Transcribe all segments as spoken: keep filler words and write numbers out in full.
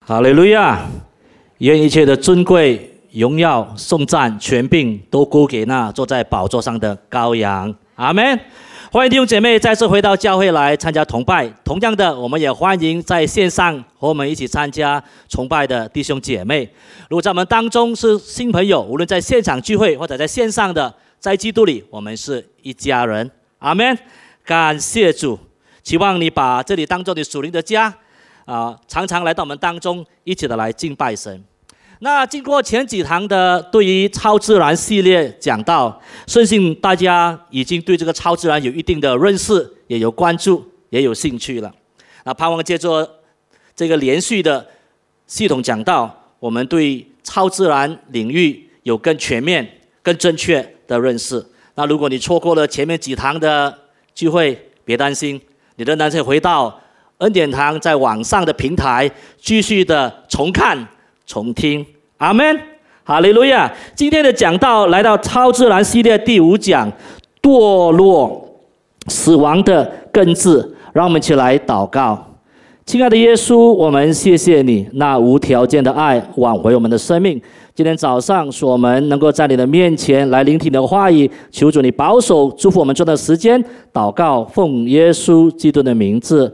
哈利路亚！愿一切的尊贵、荣耀、颂赞、权柄都归给那坐在宝座上的羔羊。阿们！欢迎弟兄姐妹再次回到教会来参加崇拜。同样的，我们也欢迎在线上和我们一起参加崇拜的弟兄姐妹。如果在我们当中是新朋友，无论在现场聚会或者在线上的，在基督里我们是一家人。阿们！感谢主，期望你把这里当作你属灵的家。啊，常常来到我们当中，一起的来敬拜神。那经过前几堂的对于超自然系列讲到，相信大家已经对这个超自然有一定的认识，也有关注，也有兴趣了。那盼望借着这个连续的系统讲到，我们对超自然领域有更全面、更正确的认识。那如果你错过了前面几堂的聚会，别担心，你仍然可以回到恩典堂在网上的平台继续的重看重听。阿们，哈利路亚！今天的讲道来到超自然系列第五讲，堕落死亡的根治。让我们一起来祷告。亲爱的耶稣，我们谢谢你那无条件的爱挽回我们的生命。今天早上使我们能够在你的面前来聆听你的话语，求主你保守祝福我们这段时间。祷告奉耶稣基督的名字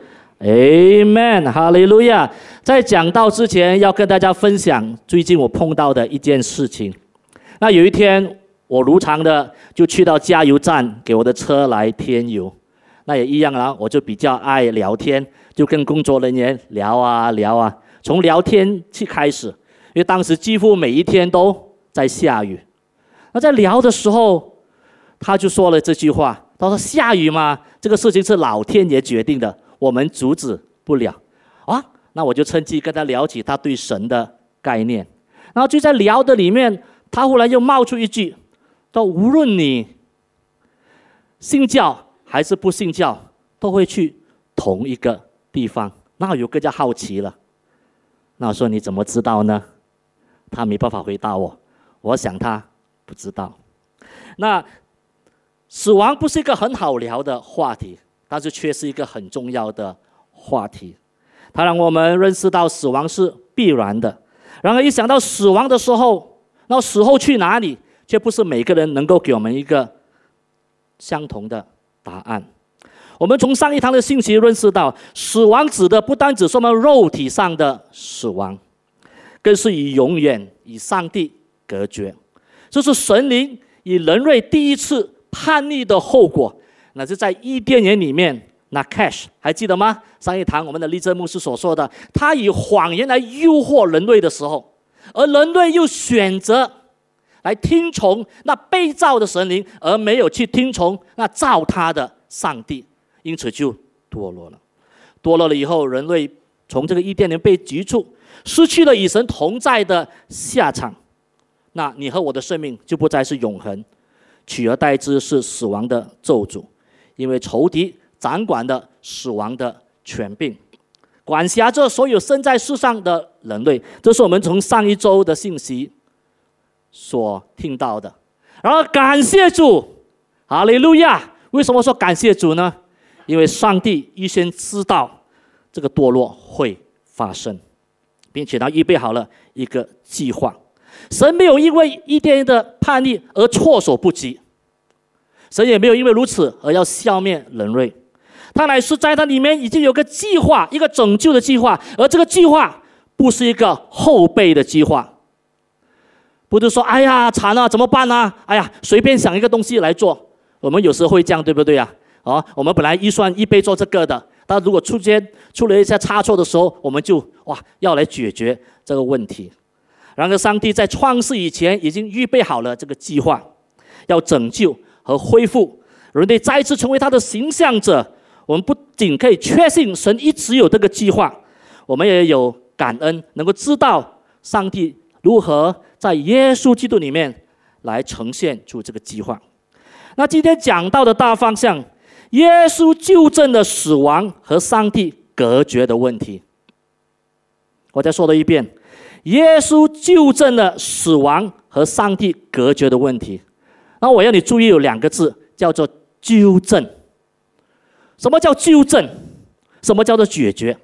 ，Amen， 哈利路亚！在讲道之前，要跟大家分享最近我碰到的一件事情。那有一天，我如常的就去到加油站给我的车来添油。那也一样啦，我就比较爱聊天，就跟工作人员聊啊聊啊。从聊天去开始，因为当时几乎每一天都在下雨。那在聊的时候，他就说了这句话，他说：“下雨嘛，这个事情是老天爷决定的。”我们阻止不了啊，那我就趁机跟他聊起他对神的概念，然后就在聊的里面，他忽然又冒出一句，说无论你信教还是不信教，都会去同一个地方。那我有更加好奇了，那我说你怎么知道呢？他没办法回答我，我想他不知道。那死亡不是一个很好聊的话题，但是却是一个很重要的话题，它让我们认识到死亡是必然的。然而一想到死亡的时候，那死后去哪里，却不是每个人能够给我们一个相同的答案。我们从上一堂的信息认识到，死亡指的不单只是我们肉体上的死亡，更是与永远与上帝隔绝。这是神灵与人类第一次叛逆的后果。那是在伊甸园里面，那 Cash 还记得吗？上一堂我们的立正牧师所说的，他以谎言来诱惑人类的时候，而人类又选择来听从那被造的神灵，而没有去听从那造他的上帝，因此就堕落了。堕落了以后，人类从这个伊甸园被逐出，失去了与神同在的下场。那你和我的生命就不再是永恒，取而代之是死亡的咒诅。因为仇敌掌管的死亡的权柄，管辖着所有生在世上的人类。这是我们从上一周的信息所听到的。然后感谢主，哈利路亚！为什么说感谢主呢？因为上帝预先知道这个堕落会发生，并且他预备好了一个计划。神没有因为伊甸园的叛逆而措手不及，神也没有因为如此而要消灭人类，他乃是在他里面已经有个计划，一个拯救的计划。而这个计划不是一个后备的计划，不是说哎呀惨了怎么办啊，哎呀随便想一个东西来做。我们有时候会这样，对不对啊？哦，我们本来预算预备做这个的，但如果出现出了一些差错的时候，我们就哇要来解决这个问题。然而上帝在创世以前已经预备好了这个计划，要拯救和恢复人类，再一次成为他的形象者。我们不仅可以确信神一直有这个计划，我们也有感恩能够知道上帝如何在耶稣基督里面来呈现出这个计划。那今天讲到的大方向，耶稣纠正了死亡和上帝隔绝的问题。我再说了一遍，耶稣纠正了死亡和上帝隔绝的问题。那我要你注意有两个字，叫做纠正。什么叫纠正？什么叫做解决？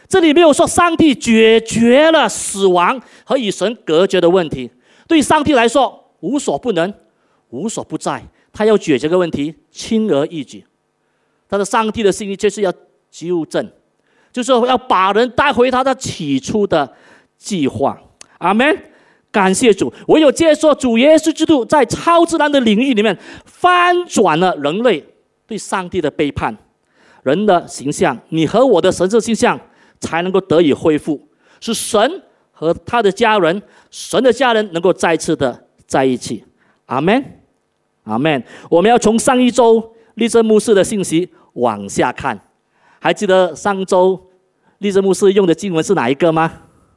这里没有说上帝解决了死亡和与神隔绝的问题。对上帝来说，无所不能，无所不在，他要解决这个问题，轻而易举。但是上帝的心意就是要纠正，就是要把人带回他的起初的计划。阿们。感谢主，唯有接受主耶稣基督在超自然的领域里面翻转了人类对上帝的背叛，人的形象，你和我的神圣形象才能够得以恢复，是神和他的家人，神的家人能够再次的在一起。阿们，阿们。我们要从上一周立正牧师的信息往下看，还记得上周立正牧师用的经文是哪一个吗？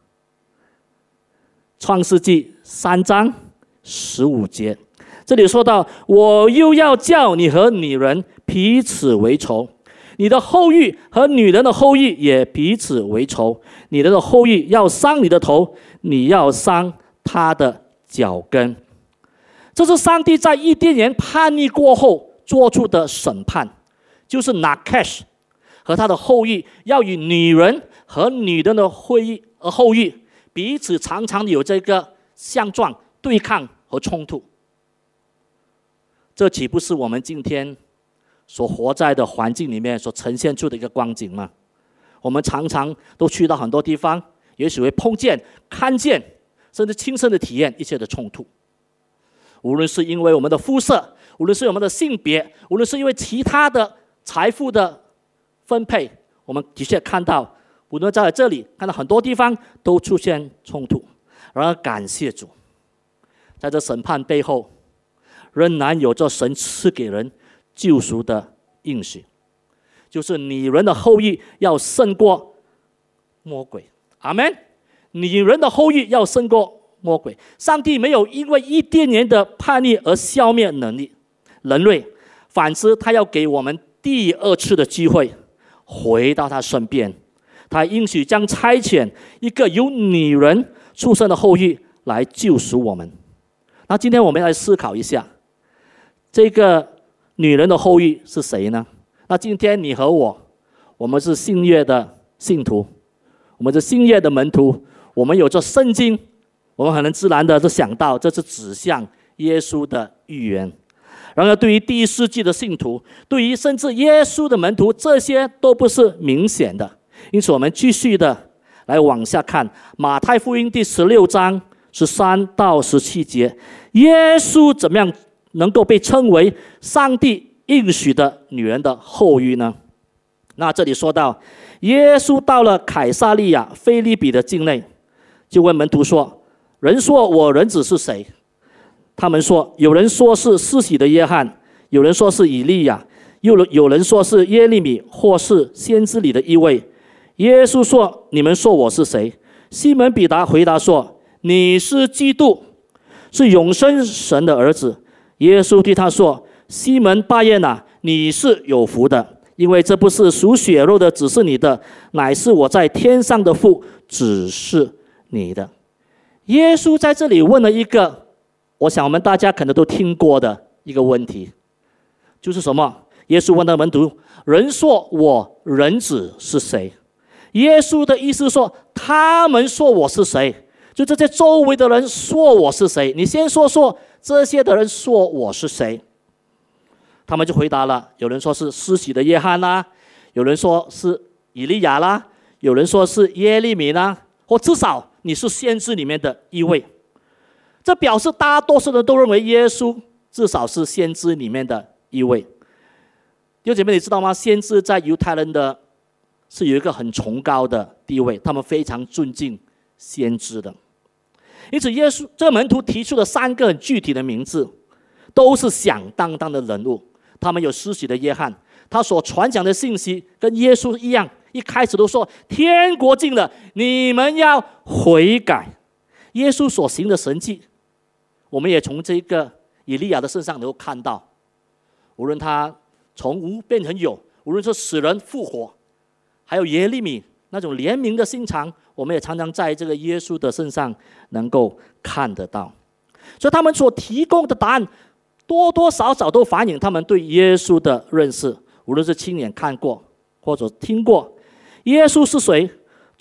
创世纪三章十五节，这里说到：我又要叫你和女人彼此为仇，你的后裔和女人的后裔也彼此为仇，你的后裔要伤你的头，你要伤他的脚跟。这是上帝在伊甸园叛逆过后做出的审判，就是拿开始和他的后裔要与女人和女人的后裔和后裔彼此常常有这个相撞、对抗和冲突。这岂不是我们今天所活在的环境里面所呈现出的一个光景吗？我们常常都去到很多地方，也许会碰见、看见，甚至亲身的体验一切的冲突。无论是因为我们的肤色，无论是我们的性别，无论是因为其他的财富的分配，我们的确看到，无论在这里看到很多地方都出现冲突。然而感谢主，在这审判背后仍然有着神赐给人救赎的应许，就是女人的后裔要胜过魔鬼。阿们。女人的后裔要胜过魔鬼。上帝没有因为伊甸园的叛逆而消灭能力人类，反之他要给我们第二次的机会回到他身边。他应许将差遣一个由女人出生的后裔来救赎我们。那今天我们来思考一下，这个女人的后裔是谁呢？那今天你和我，我们是信约的信徒，我们是信约的门徒，我们有着圣经，我们很自然的就想到这是指向耶稣的预言。然而对于第一世纪的信徒，对于甚至耶稣的门徒，这些都不是明显的。因此我们继续的来往下看马太福音第十六章十三到十七节，耶稣怎么样能够被称为上帝应许的女人的后裔呢？那这里说到，耶稣到了凯撒利亚腓立比的境内，就问门徒说：人说我人子是谁？他们说，有人说是施洗的约翰，有人说是以利亚，又有人说是耶利米，或是先知里的一位。耶稣说：你们说我是谁？西门彼得回答说：你是基督，是永生神的儿子。耶稣对他说：西门巴耶拿，你是有福的，因为这不是属血肉的指示你的，乃是我在天上的父指示你的。耶稣在这里问了一个，我想我们大家可能都听过的一个问题，就是什么？耶稣问他门徒：人说我人子是谁？耶稣的意思说，他们说我是谁？就这些周围的人说我是谁？你先说说这些的人说我是谁？他们就回答了，有人说是施洗的约翰啦，有人说是以利亚啦，有人说是耶利米啦，或至少你是先知里面的一位。这表示大多数人都认为耶稣至少是先知里面的一位。弟兄姐妹，你知道吗？先知在犹太人的是有一个很崇高的地位，他们非常尊敬先知的。因此耶稣这个门徒提出了三个很具体的名字，都是响当当的人物。他们有施洗的约翰，他所传讲的信息跟耶稣一样，一开始都说天国近了，你们要悔改。耶稣所行的神迹，我们也从这个以利亚的身上能够看到，无论他从无变成有，无论是死人复活，还有耶利米那种怜悯的心肠，我们也常常在这个耶稣的身上能够看得到。所以他们所提供的答案多多少少都反映他们对耶稣的认识，无论是亲眼看过或者听过耶稣是谁，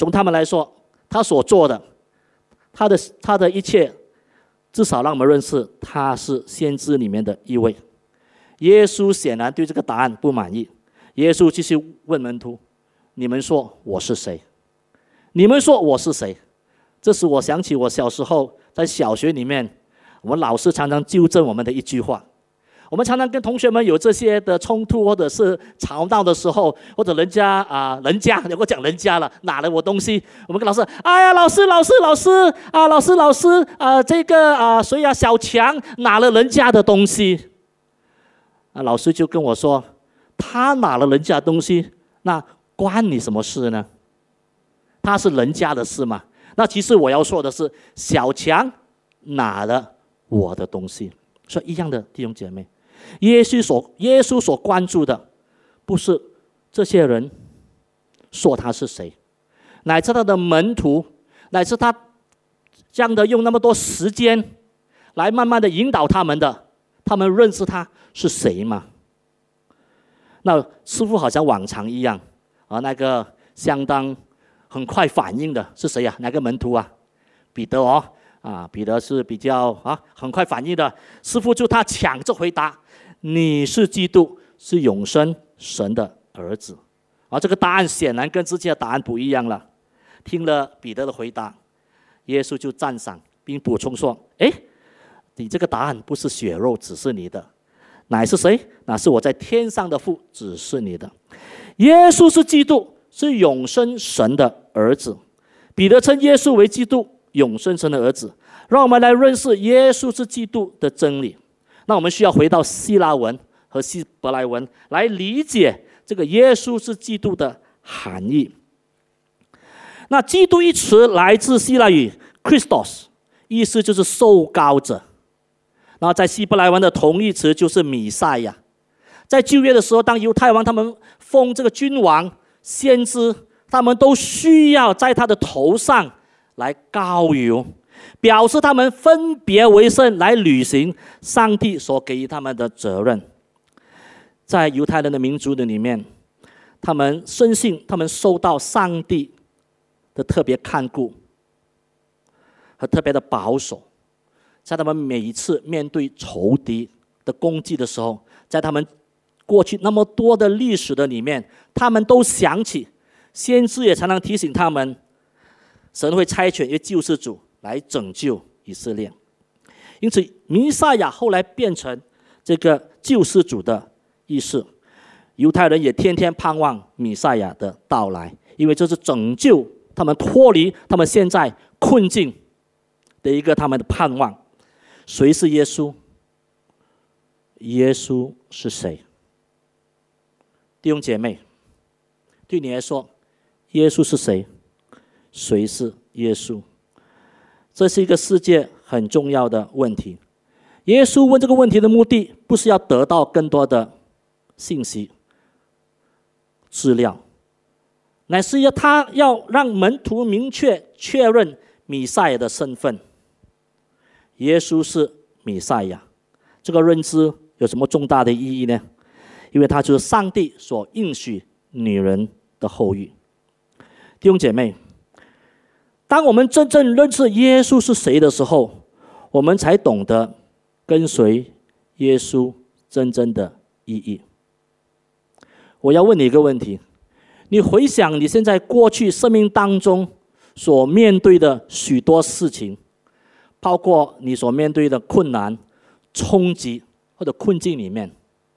从他们来说，他所做的，他的他的一切，至少让我们认识他是先知里面的一位。耶稣显然对这个答案不满意，耶稣继续问门徒：“你们说我是谁？你们说我是谁？”这时我想起我小时候在小学里面，我们老师常常纠正我们的一句话。我们常常跟同学们有这些的冲突，或者是吵闹的时候，或者人家啊、呃，人家，如果讲人家了，拿了我东西，我们跟老师，哎呀，老师，老师，老师啊，老师，老师啊、呃，这个啊，谁啊，小强拿了人家的东西，啊，老师就跟我说，他拿了人家的东西，那关你什么事呢？他是人家的事嘛。那其实我要说的是，小强拿了我的东西，所以一样的弟兄姐妹。耶稣所耶稣所关注的，不是这些人说他是谁，乃至他的门徒，乃至他这样的用那么多时间来慢慢的引导他们的，他们认识他是谁吗？那似乎好像往常一样，而那个相当很快反应的是谁啊？哪个门徒啊？彼得哦，啊，彼得是比较啊很快反应的，师傅就他抢着回答。你是基督，是永生神的儿子。而这个答案显然跟之前的答案不一样了。听了彼得的回答，耶稣就赞赏并补充说：“哎，你这个答案不是血肉指示你的，乃是谁？乃是我在天上的父指示你的。耶稣是基督，是永生神的儿子。”彼得称耶稣为基督，永生神的儿子。让我们来认识耶稣是基督的真理。那我们需要回到希腊文和希伯来文来理解这个耶稣是基督的含义。那基督一词来自希腊语 Christos， 意思就是受膏者。然后在希伯来文的同义词就是弥赛亚。在旧约的时候，当犹太王他们封这个君王、先知，他们都需要在他的头上来膏油，表示他们分别为圣，来履行上帝所给予他们的责任。在犹太人的民族的里面，他们深信他们受到上帝的特别看顾和特别的保守。在他们每一次面对仇敌的攻击的时候，在他们过去那么多的历史的里面，他们都想起，先知也常常提醒他们，神会差遣一位救世主来拯救以色列。因此弥赛亚后来变成这个救世主的意思。犹太人也天天盼望弥赛亚的到来，因为这是拯救他们脱离他们现在困境的一个他们的盼望。谁是耶稣？耶稣是谁？弟兄姐妹，对你来说，耶稣是谁？谁是耶稣？这是一个世界很重要的问题。耶稣问这个问题的目的，不是要得到更多的信息、资料，乃是要他要让门徒明确确认弥赛亚的身份。耶稣是弥赛亚，这个认知有什么重大的意义呢？因为他就是上帝所应许女人的后裔。弟兄姐妹，当我们真正认识耶稣是谁的时候，我们才懂得跟随耶稣真正的意义。我要问你一个问题，你回想你现在过去生命当中所面对的许多事情，包括你所面对的困难、冲击或者困境里面，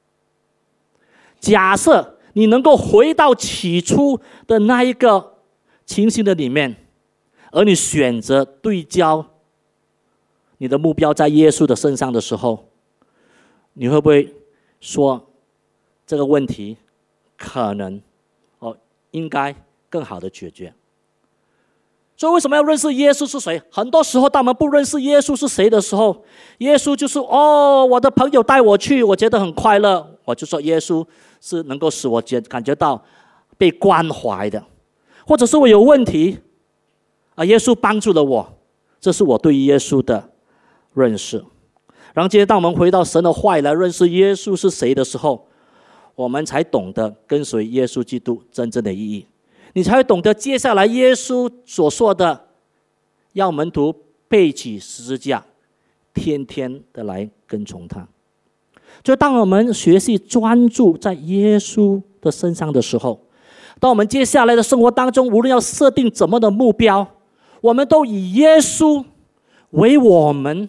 假设你能够回到起初的那一个情形的里面，而你选择对焦你的目标在耶稣的身上的时候，你会不会说这个问题可能哦应该更好的解决？所以为什么要认识耶稣是谁？很多时候当我们不认识耶稣是谁的时候，耶稣就是哦，我的朋友带我去，我觉得很快乐，我就说耶稣是能够使我觉感觉到被关怀的，或者是我有问题啊，耶稣帮助了我，这是我对耶稣的认识。然后接着当我们回到神的话语来认识耶稣是谁的时候，我们才懂得跟随耶稣基督真正的意义。 你才会懂得接下来耶稣所说的，要门徒背起十字架，天天的来跟从他。就当我们学习专注在耶稣的身上的时候，当我们接下来的生活当中，无论要设定怎么的目标，我们都以耶稣为我们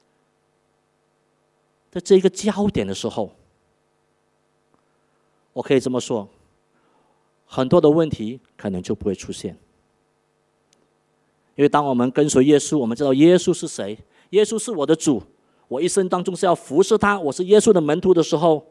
的这个焦点的时候，我可以这么说，很多的问题可能就不会出现。因为当我们跟随耶稣，我们知道耶稣是谁，耶稣是我的主，我一生当中是要服侍他，我是耶稣的门徒的时候，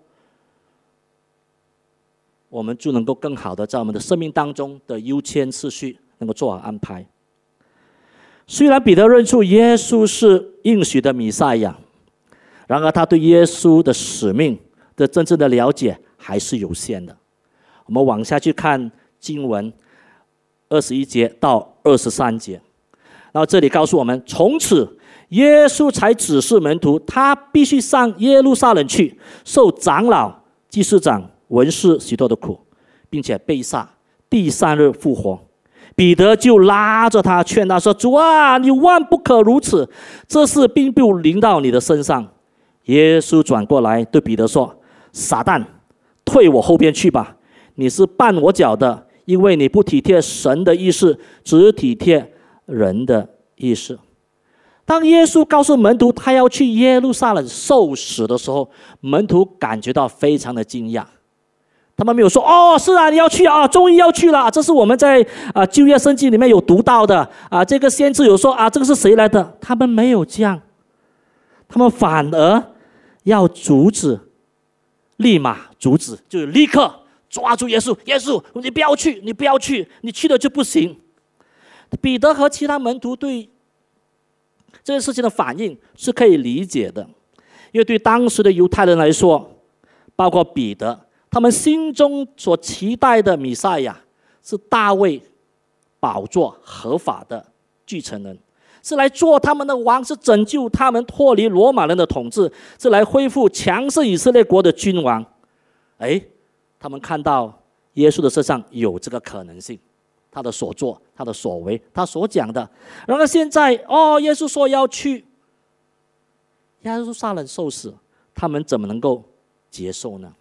我们就能够更好的在我们的生命当中的优先次序能够做好安排。虽然彼得认出耶稣是应许的弥赛亚，然而他对耶稣的使命的真正的了解还是有限的。我们往下去看经文二十一节到二十三节，然后这里告诉我们，从此耶稣才指示门徒，他必须上耶路撒冷去，受长老、祭司长、文士许多的苦，并且被杀，第三日复活。彼得就拉着他劝他说：“主啊，你万不可如此，这事并不临到你的身上。”耶稣转过来对彼得说：“撒旦，退我后边去吧，你是绊我脚的，因为你不体贴神的意思，只体贴人的意思。”当耶稣告诉门徒他要去耶路撒冷受死的时候，门徒感觉到非常的惊讶。他们没有说：“哦，是啊，你要去啊，终于要去了。”这是我们在啊旧约圣经里面有读到的啊。这个先知有说啊，这个是谁来的？他们没有这样，他们反而要阻止，立马阻止，就是立刻抓住耶稣。耶稣，你不要去，你不要去，你去了就不行。彼得和其他门徒对这件事情的反应是可以理解的，因为对当时的犹太人来说，包括彼得，他们心中所期待的弥赛亚是大卫宝座合法的继承人，是来做他们的王，是拯救他们脱离罗马人的统治，是来恢复强盛以色列国的君王。哎，他们看到耶稣的身上有这个可能性，他的所作，他的所为，他所讲的。然而现在，哦，耶稣说要去耶路撒冷受死，他们怎么能够接受呢？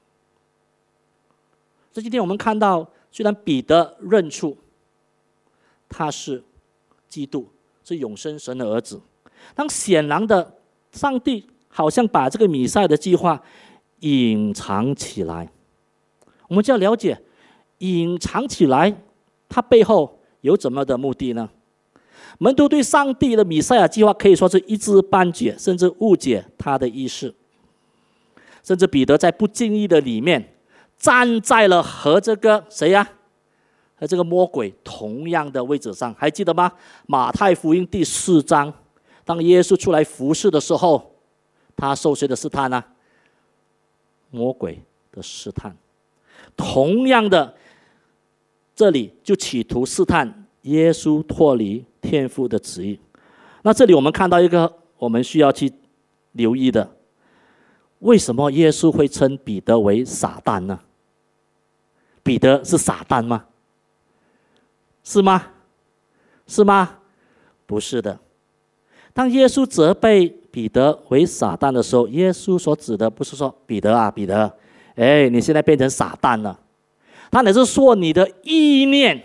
所以今天我们看到，虽然彼得认出他是基督，是永生神的儿子，但显然的，上帝好像把这个弥赛的计划隐藏起来。我们就要了解，隐藏起来它背后有怎么的目的呢？门徒对上帝的弥赛亚计划可以说是一知半解，甚至误解他的意思。甚至彼得在不经意的里面站在了和这个谁呀、啊？和这个魔鬼同样的位置上，还记得吗？马太福音第四章，当耶稣出来服侍的时候，他受谁的试探呢？魔鬼的试探。同样的，这里就企图试探耶稣脱离天父的旨意。那这里我们看到一个我们需要去留意的，为什么耶稣会称彼得为撒旦呢？彼得是撒旦吗？是吗？是吗？不是的。当耶稣责备彼得为撒旦的时候，耶稣所指的不是说彼得啊，彼得，哎，你现在变成撒旦了。他乃是说你的意念，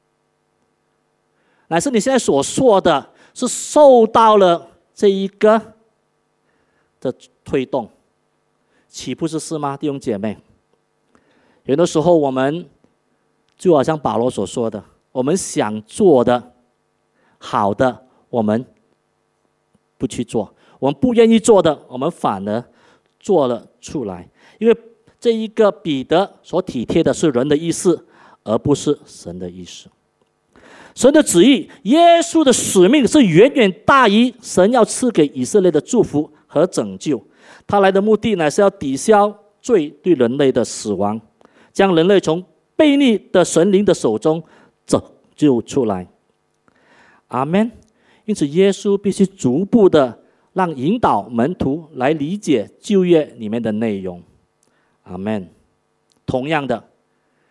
乃是你现在所说的是受到了这一个的推动，岂不是是吗？弟兄姐妹，有的时候我们就好像保罗所说的，我们想做的好的，我们不去做；我们不愿意做的，我们反而做了出来。因为这一个彼得所体贴的是人的意思，而不是神的意思。神的旨意，耶稣的使命是远远大于神要赐给以色列的祝福和拯救。他来的目的乃是要抵消罪对人类的死亡，将人类从悖逆的神灵的手中拯救出来。阿们。因此耶稣必须逐步的让引导门徒来理解旧约里面的内容。阿们。同样的，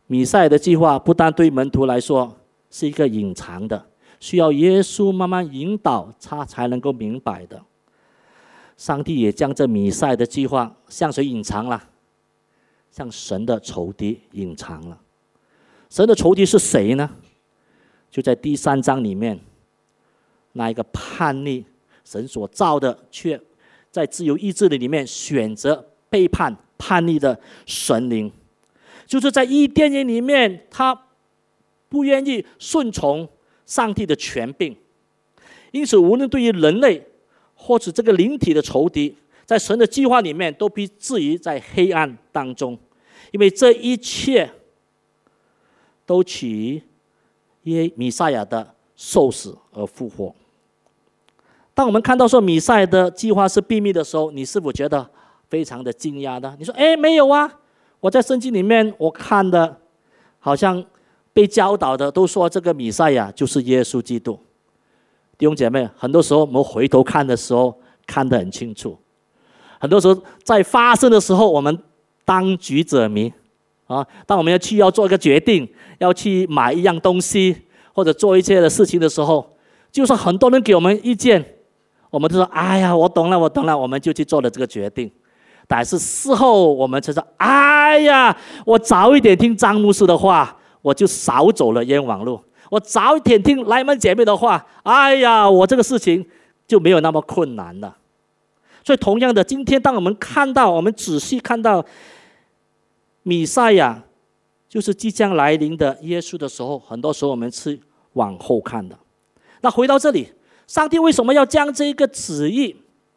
弥赛亚的计划不但对门徒来说是一个隐藏的，需要耶稣慢慢引导他才能够明白的。上帝也将这弥赛亚的计划向谁隐藏了？向神的仇敌隐藏了。神的仇敌是谁呢？就在第三章里面，那一个叛逆神所造的，却在自由意志的里面选择背叛叛逆的神灵，就是在伊甸园里面，他不愿意顺从上帝的权柄，因此无论对于人类或者这个灵体的仇敌，在神的计划里面都被置于在黑暗当中，因为这一切都起于耶弥赛亚的受死而复活。当我们看到说弥赛亚的计划是秘密的时候，你是否觉得非常的惊讶呢？你说：“哎，没有啊！我在圣经里面我看的，好像被教导的都说这个弥赛亚就是耶稣基督。”弟兄姐妹，很多时候我们回头看的时候看得很清楚，很多时候在发生的时候我们当局者迷啊。当我们要去要做一个决定，要去买一样东西或者做一切的事情的时候，就是很多人给我们意见，我们就说：“哎呀，我懂了，我懂了。”我们就去做了这个决定。但是事后我们才说：“哎呀，我早一点听张牧师的话，我就少走了冤枉路。我早一点听来门姐妹的话，哎呀，我这个事情就没有那么困难了。”所以同样的，今天当我们看到，我们仔细看到弥赛亚就是即将来临的耶稣的时候，很多时候我们是往后看的。那回到这里，上帝为什么要将这个旨意、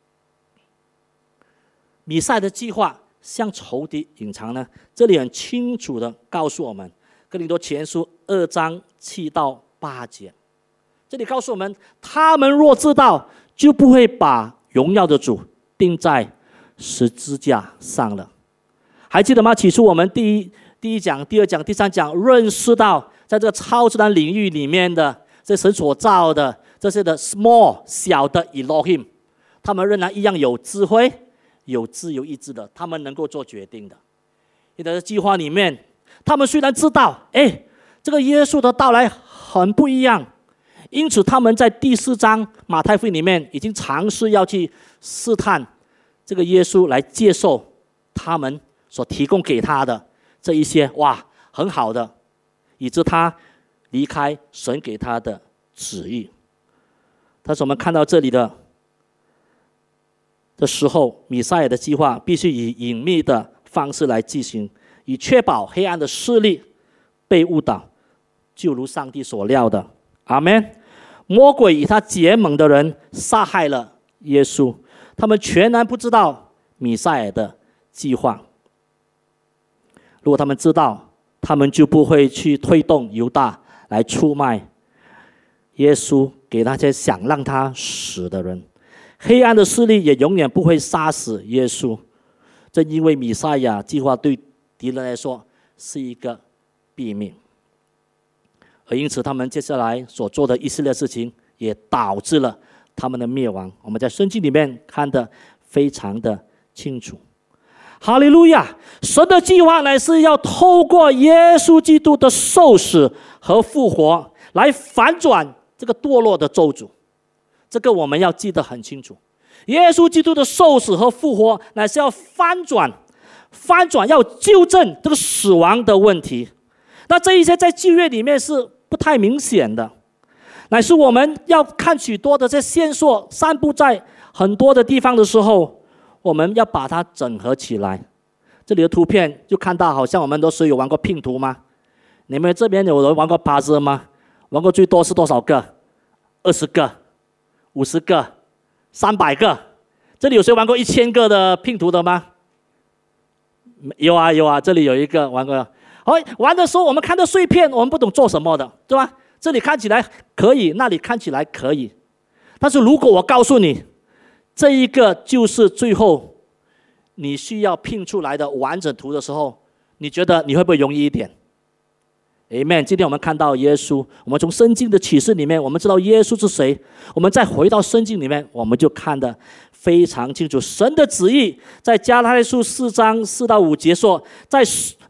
弥赛亚的计划向仇敌隐藏呢？这里很清楚的告诉我们，哥林多前书二章七到八节，这里告诉我们，他们若知道，就不会把荣耀的主钉在十字架上了。还记得吗？起初我们第一第一讲、第二讲、第三讲认识到，在这个超自然领域里面的这神所造的这些的 small 小的 Elohim， 他们仍然一样有智慧、有自由意志的，他们能够做决定的。你的计划里面，他们虽然知道，哎，这个耶稣的到来很不一样，因此他们在第四章马太福音里面已经尝试要去试探这个耶稣，来接受他们所提供给他的这一些，哇，很好的，以致他离开神给他的旨意。但是我们看到这里的的时候，弥赛亚的计划必须以隐秘的方式来进行，以确保黑暗的势力被误导，就如上帝所料的。阿们。魔鬼与他结盟的人杀害了耶稣，他们全然不知道弥赛亚的计划。如果他们知道，他们就不会去推动犹大来出卖耶稣给那些想让他死的人。黑暗的势力也永远不会杀死耶稣，正因为弥赛亚计划对敌人来说是一个秘密，而因此他们接下来所做的一系列事情也导致了他们的灭亡。我们在圣经里面看得非常的清楚。哈利路亚！神的计划乃是要透过耶稣基督的受死和复活来反转这个堕落的咒诅，这个我们要记得很清楚。耶稣基督的受死和复活乃是要翻转翻转要纠正这个死亡的问题。那这一些在旧约里面是不太明显的，乃是我们要看许多的这线索散布在很多的地方的时候，我们要把它整合起来。这里的图片就看到，好像我们都是有玩过拼图吗？你们这边有人玩过 puzzle 吗？玩过最多是多少个？二十个、五十个、三百个。这里有谁玩过一千个的拼图的吗？有啊有啊，这里有一个玩过。好，玩的时候我们看到碎片，我们不懂做什么的，对吧？这里看起来可以，那里看起来可以。但是如果我告诉你，这一个就是最后你需要拼出来的完整图的时候，你觉得你会不会容易一点？ Amen。 今天我们看到耶稣，我们从圣经的启示里面，我们知道耶稣是谁。我们再回到圣经里面，我们就看得非常清楚。神的旨意在加拉太书四章四到五节说，在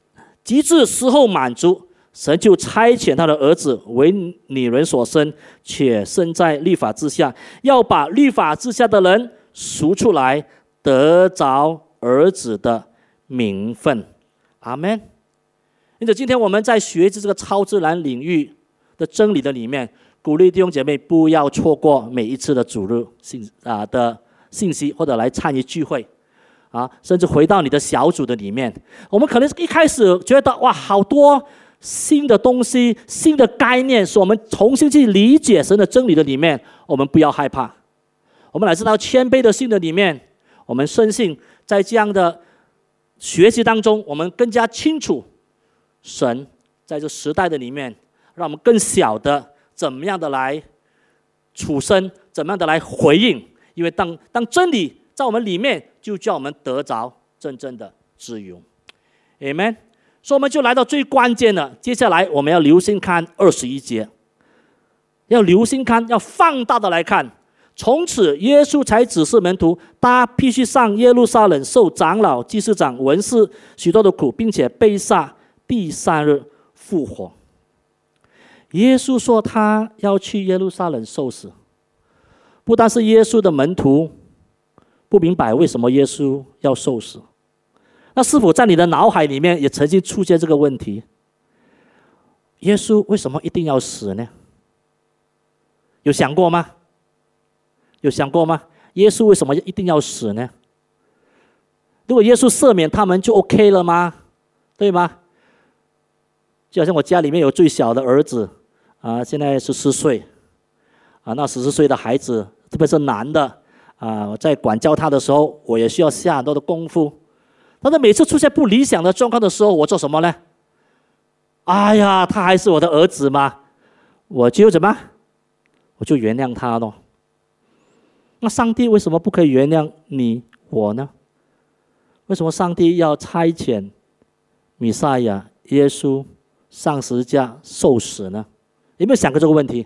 及至时候满足，神就差遣他的儿子为女人所生，且生在律法之下，要把律法之下的人赎出来，得着儿子的名分。阿们。因此今天我们在学习这个超自然领域的真理的里面，鼓励弟兄姐妹不要错过每一次的主日信啊的信息，或者来参与聚会啊，甚至回到你的小组的里面。我们可能一开始觉得哇，好多新的东西、新的概念，使我们重新去理解神的真理的里面，我们不要害怕。我们来知道谦卑的心的里面，我们深信在这样的学习当中，我们更加清楚神在这时代的里面，让我们更晓得怎么样的来处身，怎么样的来回应。因为当当真理在我们里面，就叫我们得着真正的自由。Amen。所以我们就来到最关键的，接下来我们要留心看二十一节，要留心看，要放大的来看。从此，耶稣才指示门徒，他必须上耶路撒冷，受长老、祭司长、文士许多的苦，并且被杀，第三日复活。耶稣说他要去耶路撒冷受死，不但是耶稣的门徒不明白为什么耶稣要受死，那是否在你的脑海里面也曾经出现这个问题？耶稣为什么一定要死呢？有想过吗？有想过吗？耶稣为什么一定要死呢？如果耶稣赦免他们就 OK 了吗？对吗？就好像我家里面有最小的儿子啊，现在十四岁啊，那十四岁的孩子，特别是男的啊，我在管教他的时候，我也需要下很多的功夫。但是每次出现不理想的状况的时候，我做什么呢？哎呀，他还是我的儿子嘛，我就怎么？我就原谅他咯。那上帝为什么不可以原谅你我呢？为什么上帝要差遣弥赛亚耶稣上十字架受死呢？有没有想过这个问题？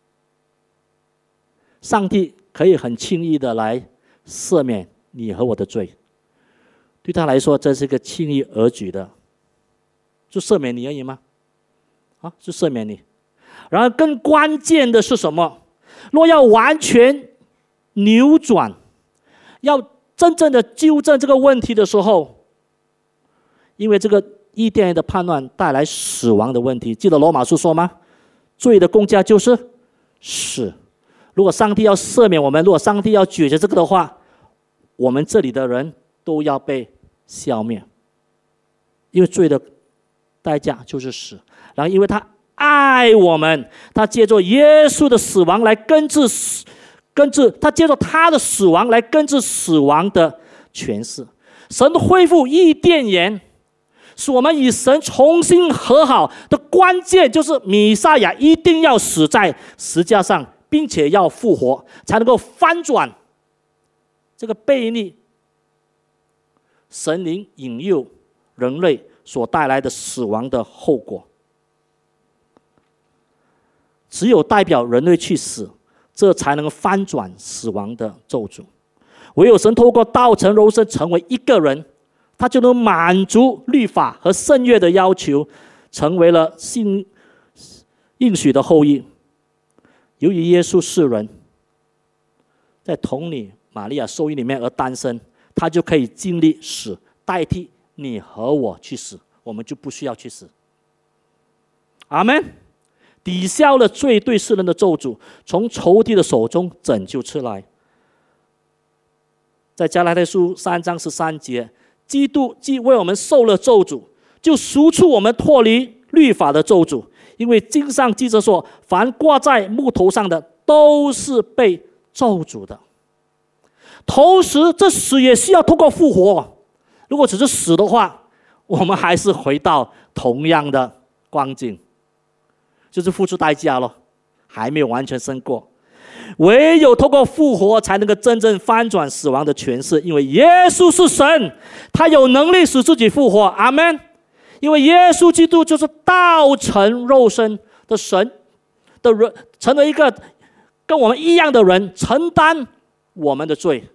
上帝可以很轻易的来赦免你和我的罪，对他来说这是一个轻易而举的，就赦免你而已吗？啊，就赦免你。然而更关键的是什么？若要完全扭转，要真正的纠正这个问题的时候，因为这个伊甸园的叛乱带来死亡的问题，记得罗马书说吗？罪的工价就是死。如果上帝要赦免我们，如果上帝要解决这个的话，我们这里的人都要被消灭，因为罪的代价就是死。然后因为他爱我们，他借着耶稣的死亡来根治死根治，他借着他的死亡来根治死亡的权势。神恢复伊甸园，使我们与神重新和好的关键，就是弥赛亚一定要死在十字架上，并且要复活，才能够翻转这个悖逆神灵引诱人类所带来的死亡的后果。只有代表人类去死，这才能翻转死亡的咒诅。唯有神透过道成肉身成为一个人，他就能满足律法和圣约的要求，成为了信应许的后裔。由于耶稣是人，在童女玛利亚受孕里面而诞生，他就可以经历死，代替你和我去死，我们就不需要去死。阿们。抵消了罪对世人的咒诅，从仇敌的手中拯救出来。在加拉太书三章十三节，基督既为我们受了咒诅，就赎出我们脱离律法的咒诅。因为经上记着说，凡挂在木头上的都是被咒诅的。同时这死也需要通过复活，如果只是死的话，我们还是回到同样的光景，就是付出代价了，还没有完全胜过。唯有透过复活，才能够真正翻转死亡的权势。因为耶稣是神，他有能力使自己复活。阿们。因为耶稣基督就是道成肉身的神的人，成为一个跟我们一样的人，承担我们的罪，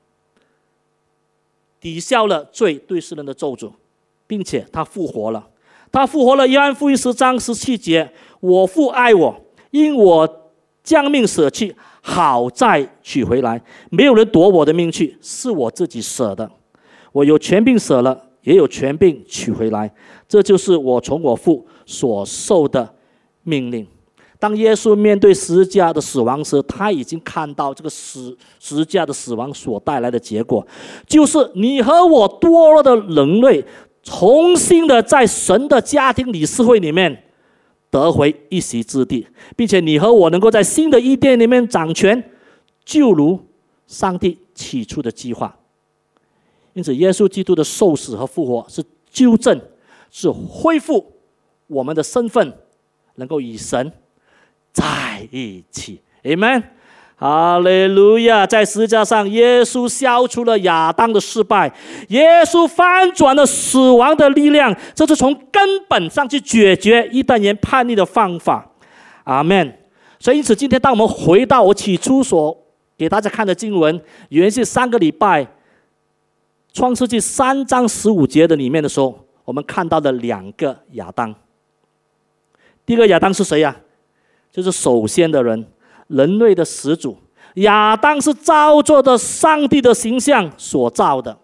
抵消了罪对世人的咒诅，并且他复活了。 他复活了。约翰福音十章十七节，我父爱我，因我将命舍去，好再取回来。没有人夺我的命去，是我自己舍的。我有权柄舍了，也有权柄取回来。这就是我从我父所受的命令。当耶稣面对十字架的死亡时，他已经看到这个十十字架的死亡所带来的结果，就是你和我堕落的人类重新的在神的家庭理事会里面得回一席之地，并且你和我能够在新的伊甸里面掌权，就如上帝起初的计划。因此耶稣基督的受死和复活是纠正，是恢复我们的身份，能够与神在一起。 Amen， 哈利路亚。在十字架上，耶稣消除了亚当的失败，耶稣翻转了死亡的力量，这是从根本上去解决伊甸园叛逆的方法。阿们。所以因此今天当我们回到我起初所给大家看的经文，原是三个礼拜创世纪三章十五节的里面的时候，我们看到的两个亚当。第一个亚当是谁呀、啊？就是首先的人，人类的始祖。亚当是照着的上帝的形象所造的。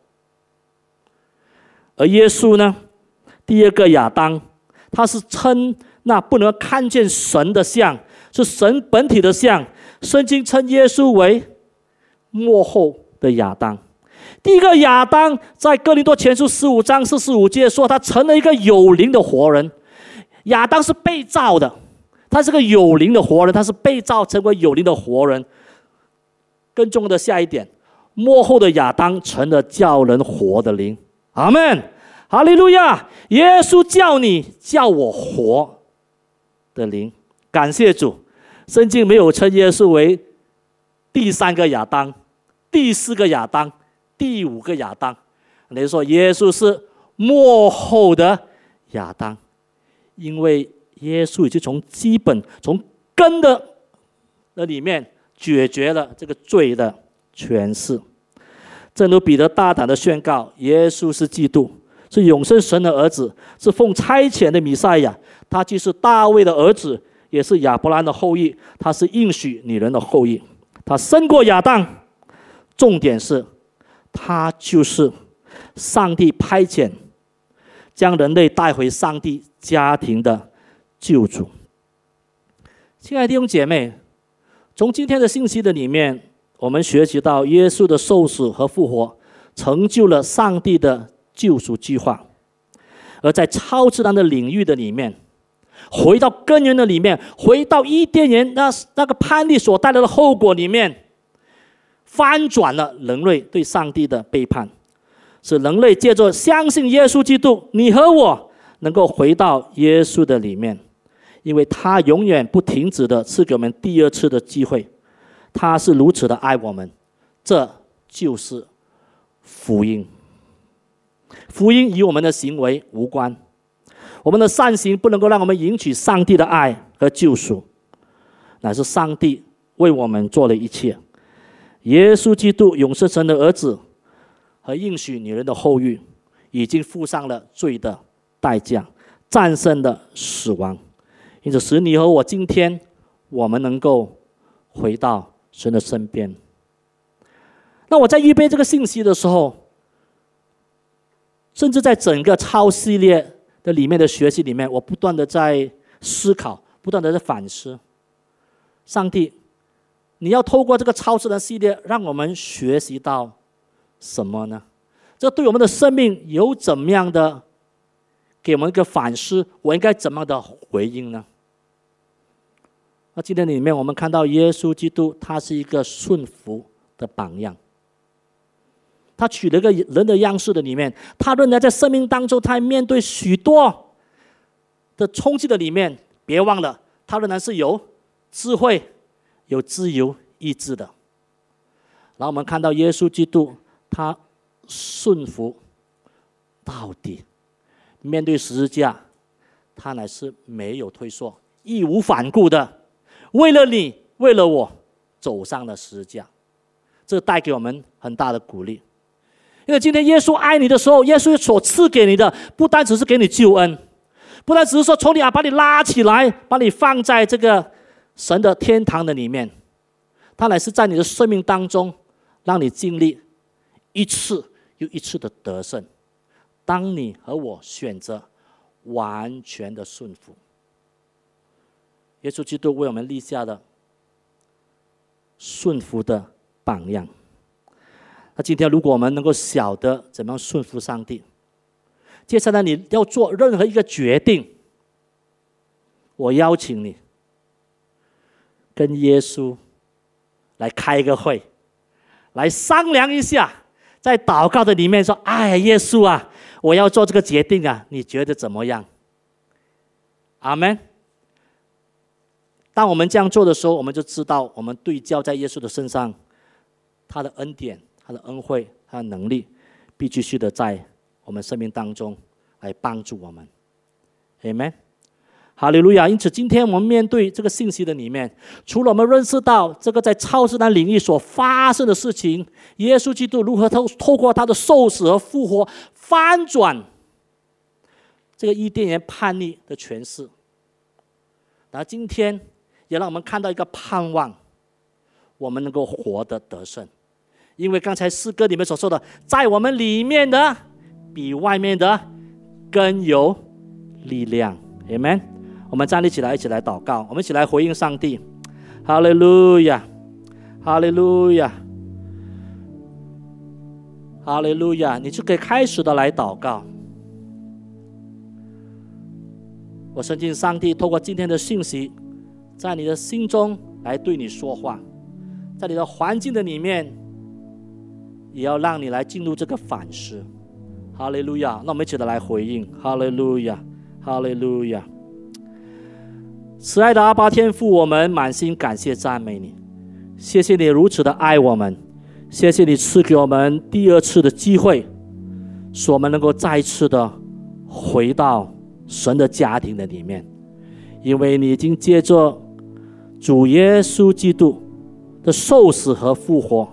而耶稣呢，第二个亚当，他是称那不能看见神的像，是神本体的像。圣经称耶稣为末后的亚当。第一个亚当在哥林多前书十五章四十五节说，他成了一个有灵的活人。亚当是被造的，他是个有灵的活人，他是被造成为有灵的活人。更重要的下一点，末后的亚当成了叫人活的灵。阿们，哈利路亚！耶稣叫你，叫我活的灵。感谢主，圣经没有称耶稣为第三个亚当、第四个亚当、第五个亚当。你说耶稣是末后的亚当，因为耶稣已经从基本、从根的那里面解决了这个罪的权势。正如彼得大胆的宣告，耶稣是基督，是永生神的儿子，是奉差遣的弥赛亚。他既是大卫的儿子，也是亚伯兰的后裔，他是应许女人的后裔，他胜过亚当。重点是他就是上帝派遣将人类带回上帝家庭的救主。亲爱的弟兄姐妹，从今天的信息的里面，我们学习到耶稣的受死和复活成就了上帝的救赎计划。而在超自然的领域的里面，回到根源的里面，回到伊甸园那那个叛逆所带来的后果里面，翻转了人类对上帝的背叛，使人类借着相信耶稣基督，你和我能够回到耶稣的里面，因为他永远不停止的赐给我们第二次的机会，他是如此的爱我们。这就是福音。福音与我们的行为无关，我们的善行不能够让我们赢取上帝的爱和救赎，乃是上帝为我们做了一切。耶稣基督永生神的儿子和应许女人的后裔，已经付上了罪的代价，战胜了死亡，因此使你和我今天我们能够回到神的身边。那我在预备这个信息的时候，甚至在整个超系列的里面的学习里面，我不断的在思考，不断的在反思，上帝你要透过这个超自然系列让我们学习到什么呢？这对我们的生命有怎么样的给我们一个反思，我应该怎么样的回应呢？那今天里面我们看到耶稣基督他是一个顺服的榜样，他取了一个人的样式的里面，他仍然在生命当中，他面对许多的冲击的里面，别忘了他仍然是有智慧、有自由意志的。然后我们看到耶稣基督他顺服到底，面对十字架他乃是没有退缩，义无反顾的为了你为了我走上了十字架。这带给我们很大的鼓励，因为今天耶稣爱你的时候，耶稣所赐给你的不单只是给你救恩， 不但只是说从你啊把你拉起来，把你放在这个神的天堂的里面，它乃是在你的生命当中，让你经历一次又一次的得胜。当你和我选择完全的顺服，耶稣基督为我们立下的顺服的榜样。那今天如果我们能够晓得怎么样顺服上帝，接下来你要做任何一个决定，我邀请你跟耶稣来开一个会，来商量一下，在祷告的里面说，哎呀，耶稣啊，我要做这个决定啊，你觉得怎么样？阿们。当我们这样做的时候，我们就知道我们对焦在耶稣的身上，他的恩典、他的恩惠、他的能力必继续的在我们生命当中来帮助我们。阿们。哈利路亚。因此今天我们面对这个信息的里面，除了我们认识到这个在超自然领域所发生的事情，耶稣基督如何透透过他的受死和复活翻转这个伊甸园叛逆的权势，然后今天也让我们看到一个盼望，我们能够活得得胜。因为刚才诗歌里面所说的，在我们里面的比外面的更有力量。 Amen。 我们站立起来，一起来祷告，我们一起来回应上帝。哈利路亚，哈利路亚，哈利路亚。你就可以开始的来祷告。我相信上帝透过今天的信息，在你的心中来对你说话，在你的环境的里面，也要让你来进入这个反思。哈利路亚。那我们一起的来回应。哈利路亚，哈利路亚。慈爱的阿爸天父，我们满心感谢赞美你，谢谢你如此的爱我们，谢谢你赐给我们第二次的机会，使我们能够再一次的回到神的家庭的里面。因为你已经借着主耶稣基督的受死和复活，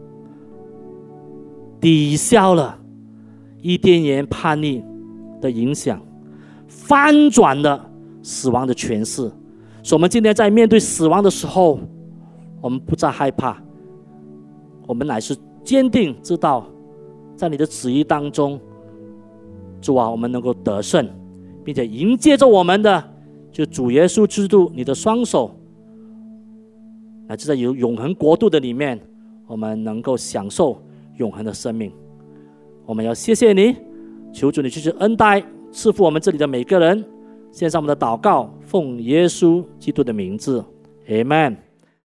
抵消了伊甸园叛逆的影响，翻转了死亡的权势。所以我们今天在面对死亡的时候，我们不再害怕，我们乃是坚定知道在你的旨意当中，主啊，我们能够得胜，并且迎接着我们的就主耶稣基督你的双手，乃至在有永恒国度的里面，我们能够享受永恒的生命。我们要谢谢你，求主你继续恩待赐福我们这里的每个人。献上我们的祷告，奉耶稣基督的名字 Amen。